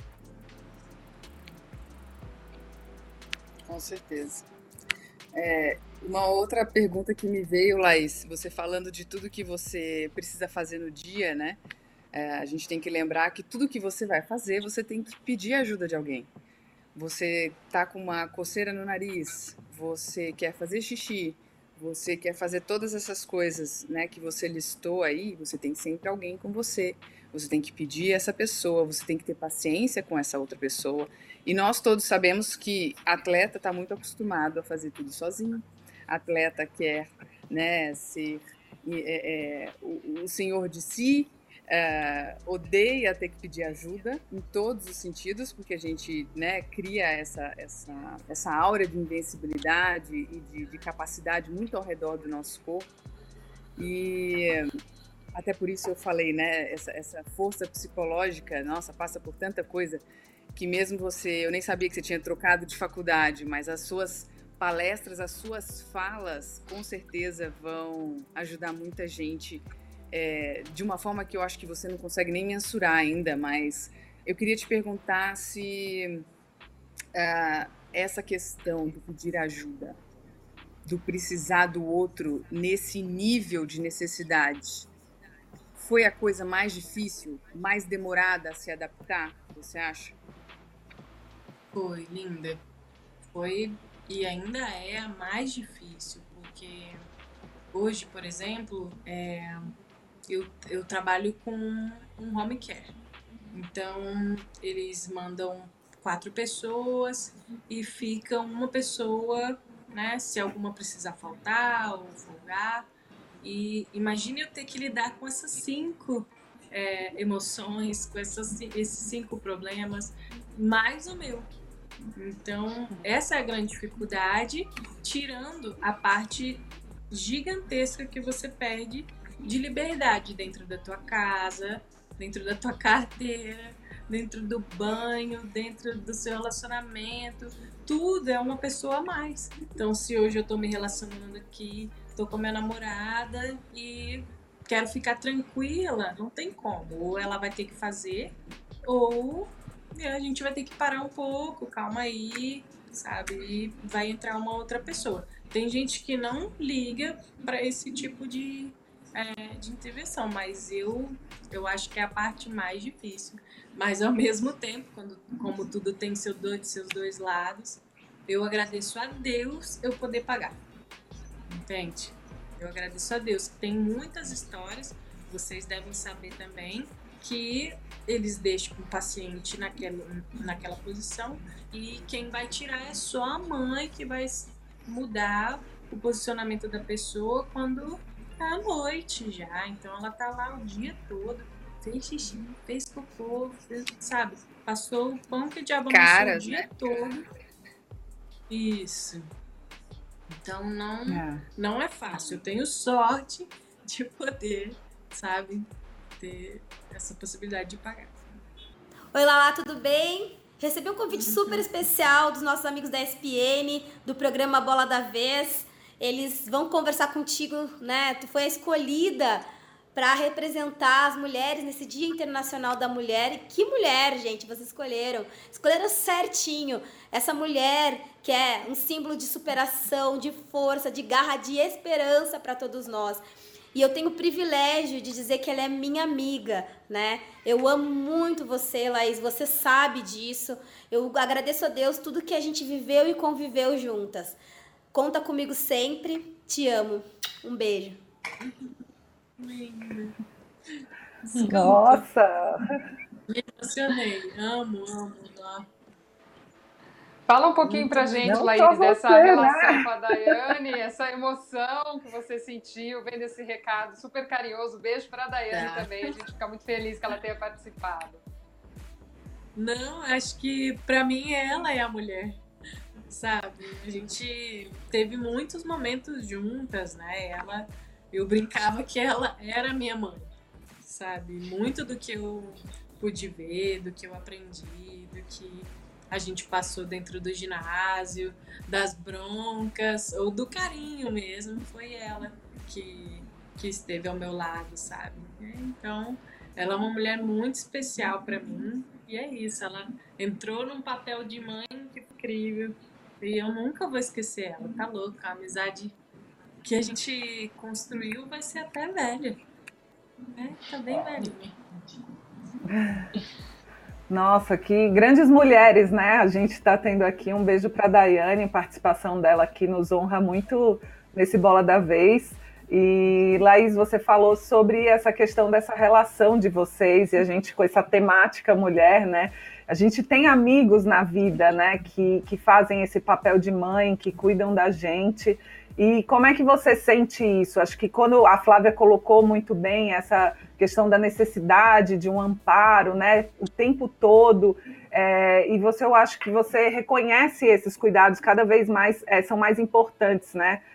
Com certeza. É, uma outra pergunta que me veio, Laís, você falando de tudo que você precisa fazer no dia, né? É, a gente tem que lembrar que tudo que você vai fazer, você tem que pedir ajuda de alguém. Você tá com uma coceira no nariz, você quer fazer xixi, você quer fazer todas essas coisas, né, que você listou aí, você tem sempre alguém com você. Você tem que pedir essa pessoa, você tem que ter paciência com essa outra pessoa. E nós todos sabemos que atleta está muito acostumado a fazer tudo sozinho. Atleta quer, né, ser é, é, o, o senhor de si, é, odeia ter que pedir ajuda em todos os sentidos, porque a gente, né, cria essa, essa, essa aura de invencibilidade e de, de capacidade muito ao redor do nosso corpo. E até por isso eu falei, né, essa, essa força psicológica, nossa, passa por tanta coisa, que mesmo você, eu nem sabia que você tinha trocado de faculdade, mas as suas palestras, as suas falas, com certeza vão ajudar muita gente, é, de uma forma que eu acho que você não consegue nem mensurar ainda, mas eu queria te perguntar se uh, essa questão do pedir ajuda, do precisar do outro nesse nível de necessidade, foi a coisa mais difícil, mais demorada a se adaptar, você acha? Foi, linda. Foi e ainda é a mais difícil, porque hoje, por exemplo, é, eu, eu trabalho com um home care. Então, eles mandam quatro pessoas e fica uma pessoa, né, se alguma precisar faltar ou folgar. E imagine eu ter que lidar com essas cinco é, emoções, com essas, esses cinco problemas, mais o meu. Então, essa é a grande dificuldade, tirando a parte gigantesca que você perde de liberdade dentro da tua casa, dentro da tua carteira, dentro do banho, dentro do seu relacionamento. Tudo é uma pessoa a mais. Então, se hoje eu tô me relacionando aqui, tô com minha namorada e quero ficar tranquila, não tem como. Ou ela vai ter que fazer, ou a gente vai ter que parar um pouco, calma aí, sabe? E vai entrar uma outra pessoa. Tem gente que não liga para esse tipo de, é, de intervenção, mas eu, eu acho que é a parte mais difícil. Mas, ao mesmo tempo, quando, como tudo tem seu dois, seus dois lados, eu agradeço a Deus eu poder pagar. Entende? Eu agradeço a Deus. Tem muitas histórias, vocês devem saber também, que eles deixam o paciente naquela, naquela posição e quem vai tirar é só a mãe, que vai mudar o posicionamento da pessoa quando é à noite já. Então ela tá lá o dia todo, fez xixi, fez cocô, fez, sabe? Passou o pão que o diabo amassou o dia né? todo. Isso. Então não é. não é fácil. Eu tenho sorte de poder, sabe, ter essa possibilidade de pagar. Oi, Lala, tudo bem? Recebi um convite super especial dos nossos amigos da E S P N, do programa Bola da Vez. Eles vão conversar contigo, né? Tu foi a escolhida para representar as mulheres nesse Dia Internacional da Mulher. E que mulher, gente, vocês escolheram. Escolheram certinho. Essa mulher que é um símbolo de superação, de força, de garra, de esperança para todos nós. E eu tenho o privilégio de dizer que ela é minha amiga, né? Eu amo muito você, Laís, você sabe disso. Eu agradeço a Deus tudo que a gente viveu e conviveu juntas. Conta comigo sempre, te amo. Um beijo. Nossa! Me emocionei, amo, amo. Fala um pouquinho pra gente, não Laís, dessa você, relação né? com a Daiane, essa emoção que você sentiu, vendo esse recado super carinhoso. Beijo pra Daiane tá. também, a gente fica muito feliz que ela tenha participado. Não, acho que pra mim ela é a mulher, sabe? A gente teve muitos momentos juntas, né? Ela, eu brincava que ela era minha mãe, sabe? Muito do que eu pude ver, do que eu aprendi, do que a gente passou dentro do ginásio, das broncas, ou do carinho mesmo, foi ela que, que esteve ao meu lado, sabe? Então, ela é uma mulher muito especial para mim, e é isso, ela entrou num papel de mãe incrível, e eu nunca vou esquecer ela, tá louca, a amizade que a gente construiu vai ser até velha, né? Tá bem velhinha. Nossa, que grandes mulheres, né? A gente está tendo aqui um beijo para a Daiane, participação dela aqui nos honra muito nesse Bola da Vez. E, Laís, você falou sobre essa questão dessa relação de vocês e a gente com essa temática mulher, né? A gente tem amigos na vida, né? Que, que fazem esse papel de mãe, que cuidam da gente. E como é que você sente isso? Acho que quando a Flávia colocou muito bem essa questão da necessidade de um amparo, né, o tempo todo, é, e você, eu acho que você reconhece esses cuidados cada vez mais, é, são mais importantes, né,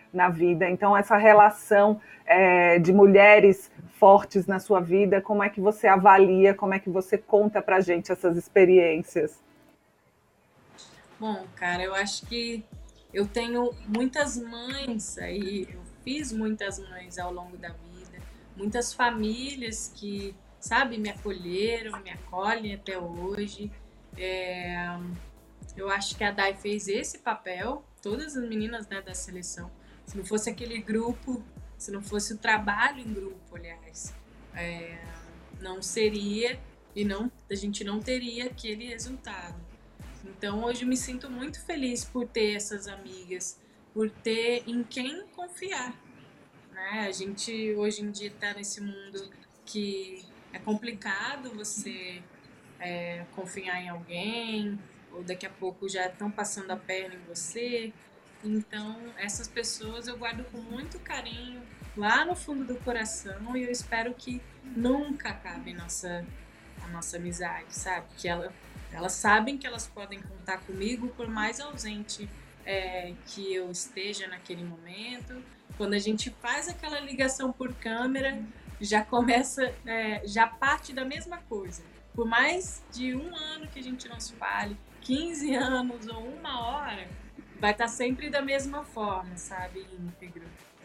na vida. Então, essa relação é, de mulheres fortes na sua vida, como é que você avalia, como é que você conta pra gente essas experiências? Bom, cara, eu acho que eu tenho muitas mães aí, eu fiz muitas mães ao longo da vida, muitas famílias que, sabe, me acolheram, me acolhem até hoje. É, eu acho que a Dai fez esse papel, todas as meninas, né, da seleção. Se não fosse aquele grupo, se não fosse o trabalho em grupo, aliás, é, não seria e não, a gente não teria aquele resultado. Então, hoje eu me sinto muito feliz por ter essas amigas, por ter em quem confiar, né? A gente, hoje em dia, está nesse mundo que é complicado você é, confiar em alguém, ou daqui a pouco já estão passando a perna em você. Então, essas pessoas eu guardo com muito carinho lá no fundo do coração e eu espero que nunca acabe nossa, a nossa amizade, sabe? Que ela... Elas sabem que elas podem contar comigo, por mais ausente é, que eu esteja naquele momento. Quando a gente faz aquela ligação por câmera, já começa, é, já parte da mesma coisa. Por mais de um ano que a gente não se fale, quinze anos ou uma hora, vai estar sempre da mesma forma, sabe, íntegro.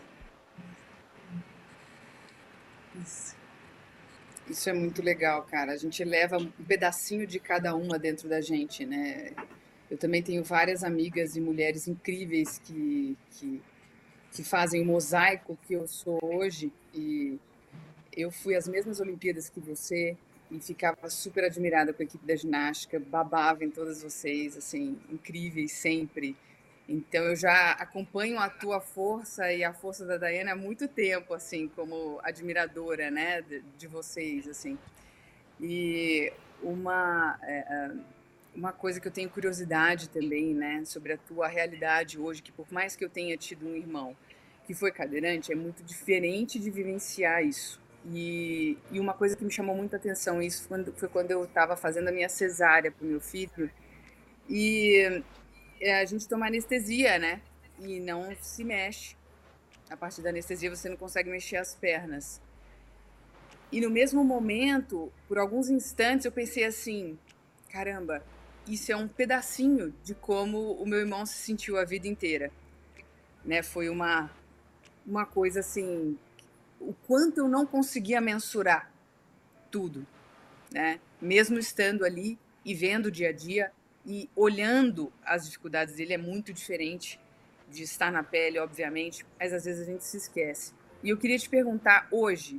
Isso. Isso é muito legal, cara. A gente leva um pedacinho de cada uma dentro da gente, né? Eu também tenho várias amigas e mulheres incríveis que, que, que fazem o mosaico que eu sou hoje. E eu fui às mesmas Olimpíadas que você e ficava super admirada com a equipe da ginástica, babava em todas vocês, assim, incríveis sempre. Então, eu já acompanho a tua força e a força da Daiane há muito tempo, assim, como admiradora, né, de, de vocês, assim. E uma, é, uma coisa que eu tenho curiosidade também, né, sobre a tua realidade hoje, que por mais que eu tenha tido um irmão que foi cadeirante, é muito diferente de vivenciar isso. E, e uma coisa que me chamou muita atenção, isso foi quando, foi quando eu estava fazendo a minha cesárea para o meu filho, e... a gente toma anestesia, né? E não se mexe. A partir da anestesia você não consegue mexer as pernas. E no mesmo momento, por alguns instantes, eu pensei assim, caramba, isso é um pedacinho de como o meu irmão se sentiu a vida inteira. Né? Foi uma, uma coisa assim, o quanto eu não conseguia mensurar tudo. Né? Mesmo estando ali e vendo o dia a dia, e olhando as dificuldades dele é muito diferente de estar na pele, obviamente, mas às vezes a gente se esquece. E eu queria te perguntar hoje,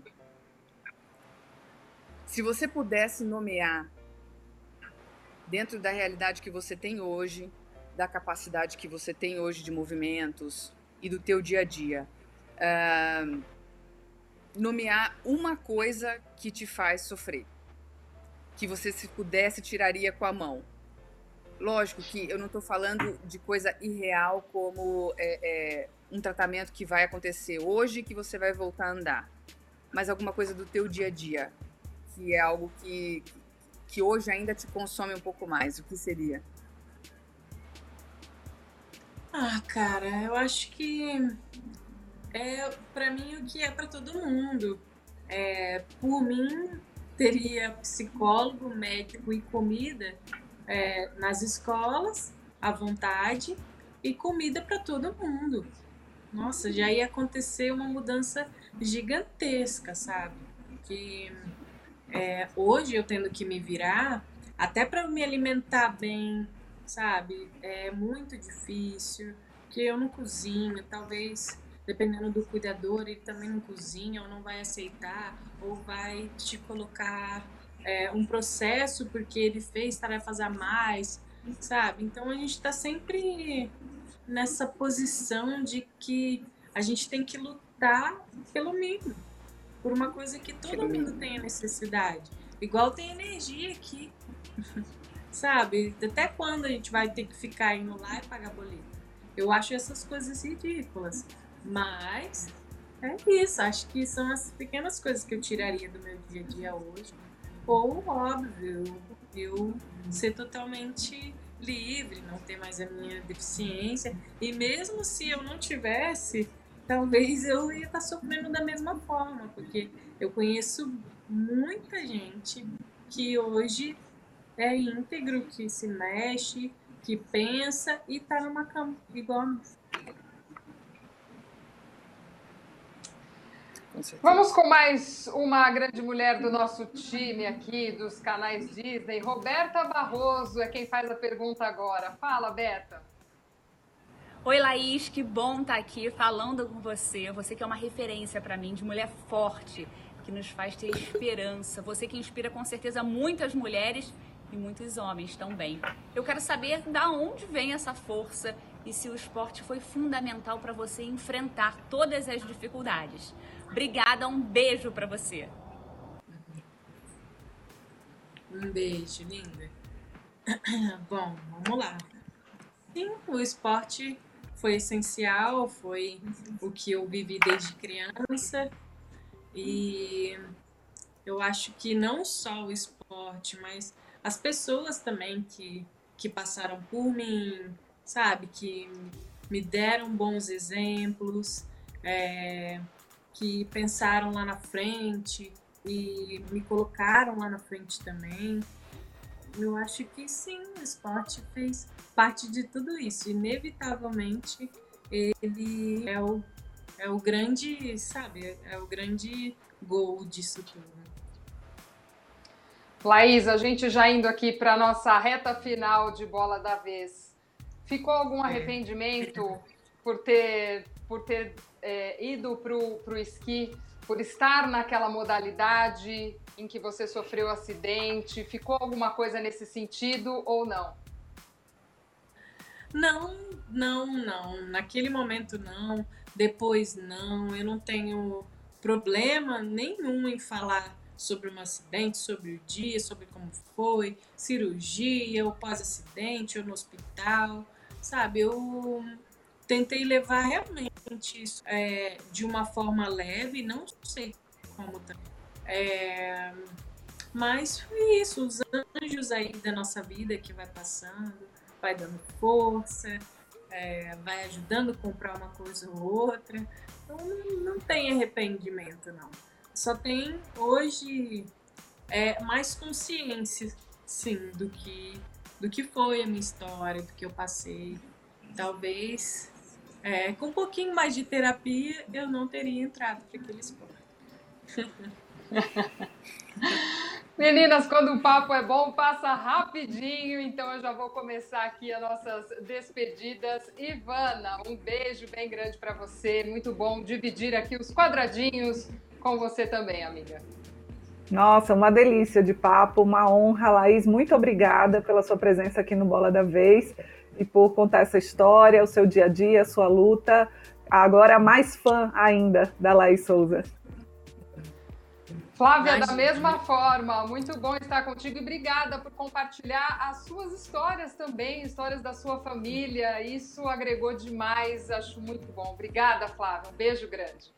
se você pudesse nomear, dentro da realidade que você tem hoje, da capacidade que você tem hoje de movimentos e do teu dia a dia, uh, nomear uma coisa que te faz sofrer, que você, se pudesse, tiraria com a mão. Lógico que eu não estou falando de coisa irreal como é, é, um tratamento que vai acontecer hoje que você vai voltar a andar, mas alguma coisa do teu dia a dia, que é algo que, que hoje ainda te consome um pouco mais. O que seria? Ah, cara, eu acho que é para mim o que é para todo mundo. É, por mim, teria psicólogo, médico e comida É, nas escolas, à vontade, e comida para todo mundo. Nossa, já ia acontecer uma mudança gigantesca, sabe? Que é, hoje eu tendo que me virar, até para me alimentar bem, sabe? É muito difícil, porque eu não cozinho, talvez, dependendo do cuidador, ele também não cozinha, ou não vai aceitar, ou vai te colocar... É, um processo porque ele fez tarefas a mais, sabe? Então a gente está sempre nessa posição de que a gente tem que lutar pelo mínimo, por uma coisa que todo mundo tem a necessidade. Igual tem energia aqui, sabe? Até quando a gente vai ter que ficar indo lá e pagar boleto? Eu acho essas coisas ridículas, mas é isso. Acho que são as pequenas coisas que eu tiraria do meu dia a dia hoje. Ou, óbvio, eu ser totalmente livre, não ter mais a minha deficiência. E mesmo se eu não tivesse, talvez eu ia estar sofrendo da mesma forma, porque eu conheço muita gente que hoje é íntegro, que se mexe, que pensa e tá numa cama igual a mim. Vamos com mais uma grande mulher do nosso time aqui, dos canais Disney. Roberta Barroso é quem faz a pergunta agora. Fala, Berta. Oi, Laís, que bom estar aqui falando com você. Você que é uma referência para mim de mulher forte, que nos faz ter esperança. Você que inspira com certeza muitas mulheres e muitos homens também. Eu quero saber da onde vem essa força e se o esporte foi fundamental para você enfrentar todas as dificuldades. Obrigada, um beijo para você. Um beijo, linda. Bom, vamos lá. Sim, o esporte foi essencial, foi o que eu vivi desde criança. E eu acho que não só o esporte, mas as pessoas também que, que passaram por mim, sabe? Que me deram bons exemplos, é, que pensaram lá na frente e me colocaram lá na frente também. Eu acho que sim, o esporte fez parte de tudo isso. Inevitavelmente, ele é o, é o grande, sabe, é o grande gol disso tudo. Laís, a gente já indo aqui para a nossa reta final de bola da vez. Ficou algum arrependimento por ter, por ter é, ido para o esqui, por estar naquela modalidade em que você sofreu acidente? Ficou alguma coisa nesse sentido ou não? Não, não, não. Naquele momento não. Depois não. Eu não tenho problema nenhum em falar sobre um acidente, sobre o dia, sobre como foi, cirurgia, ou pós-acidente, ou no hospital, sabe? Eu tentei levar realmente isso é, de uma forma leve, não sei como também. É, mas foi isso, os anjos aí da nossa vida que vai passando, vai dando força, é, vai ajudando a comprar uma coisa ou outra. Então não, não tem arrependimento, não. Só tem hoje é, mais consciência, sim, do que, do que foi a minha história, do que eu passei. Talvez é, com um pouquinho mais de terapia eu não teria entrado para aquele esporte. Meninas, quando o papo é bom, passa rapidinho, então eu já vou começar aqui as nossas despedidas. Ivana, um beijo bem grande para você, muito bom dividir aqui os quadradinhos com você também, amiga. Nossa, uma delícia de papo, uma honra, Laís, muito obrigada pela sua presença aqui no Bola da Vez e por contar essa história, o seu dia a dia, a sua luta. Agora mais fã ainda da Laís Souza. Flávia, Imagina. Da mesma forma, muito bom estar contigo e obrigada por compartilhar as suas histórias também, histórias da sua família, isso agregou demais, acho muito bom. Obrigada, Flávia, um beijo grande.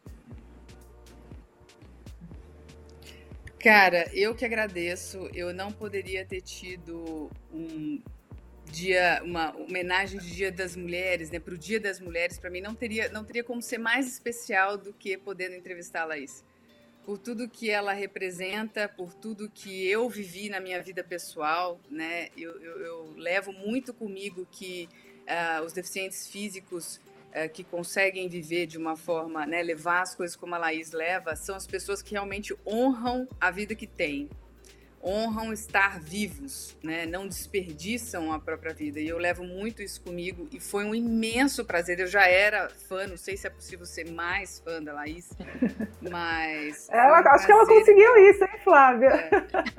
Cara, eu que agradeço, eu não poderia ter tido um dia, uma homenagem de Dia das Mulheres, né, para o Dia das Mulheres, para mim não teria, não teria como ser mais especial do que podendo entrevistar a Laís. Por tudo que ela representa, por tudo que eu vivi na minha vida pessoal, né? Eu, eu, eu levo muito comigo que uh, os deficientes físicos uh, que conseguem viver de uma forma, né, levar as coisas como a Laís leva, são as pessoas que realmente honram a vida que têm, honram estar vivos, né? Não desperdiçam a própria vida. E eu levo muito isso comigo e foi um imenso prazer. Eu já era fã, não sei se é possível ser mais fã da Laís, mas... Ela, um acho que ela conseguiu isso, hein, Flávia?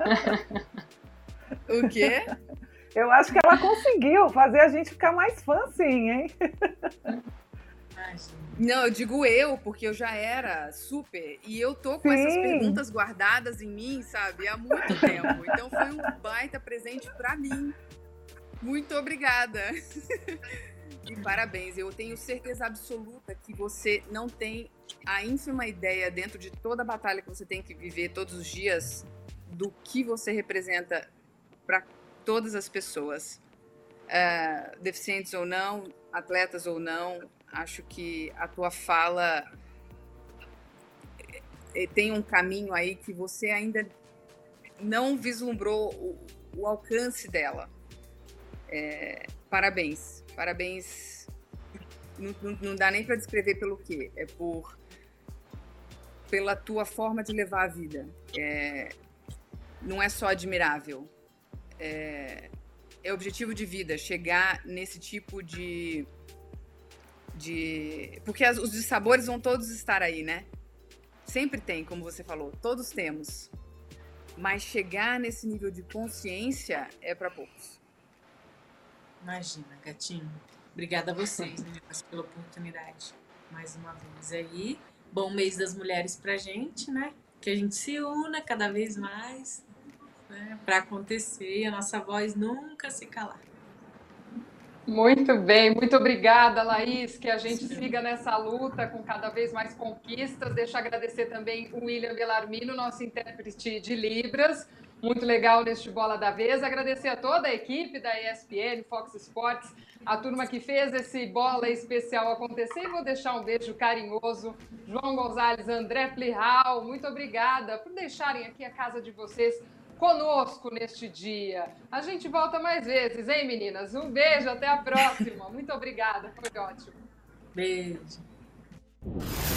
É. O quê? Eu acho que ela conseguiu fazer a gente ficar mais fã, sim, hein? Não, eu digo eu, porque eu já era super, e eu tô com Sim. essas perguntas guardadas em mim, sabe, há muito tempo. Então foi um baita presente pra mim. Muito obrigada. E parabéns, eu tenho certeza absoluta que você não tem a ínfima ideia, dentro de toda a batalha que você tem que viver todos os dias, do que você representa para todas as pessoas. uh, deficientes ou não, atletas ou não. Acho que a tua fala tem um caminho aí que você ainda não vislumbrou o, o alcance dela. É, parabéns, parabéns. Não, não, não dá nem para descrever pelo quê, é por pela tua forma de levar a vida. É, não é só admirável, é, é objetivo de vida, chegar nesse tipo de... de porque as, os dissabores vão todos estar aí, né? Sempre tem, como você falou, todos temos. Mas chegar nesse nível de consciência é para poucos. Imagina, gatinho. Obrigada a vocês, meninas, pela oportunidade. Mais uma vez aí. Bom mês das mulheres pra gente, né? Que a gente se una cada vez mais, né? Para acontecer e a nossa voz nunca se calar. Muito bem, muito obrigada, Laís, que a gente siga nessa luta com cada vez mais conquistas. Deixa eu agradecer também o William Bellarmino, nosso intérprete de Libras, muito legal neste Bola da Vez. Agradecer a toda a equipe da E S P N, Fox Sports, a turma que fez esse Bola especial acontecer. E vou deixar um beijo carinhoso, João Gonzalez, André Plihal, muito obrigada por deixarem aqui a casa de vocês conosco neste dia. A gente volta mais vezes, hein, meninas? Um beijo, até a próxima. Muito obrigada, foi ótimo. Beijo.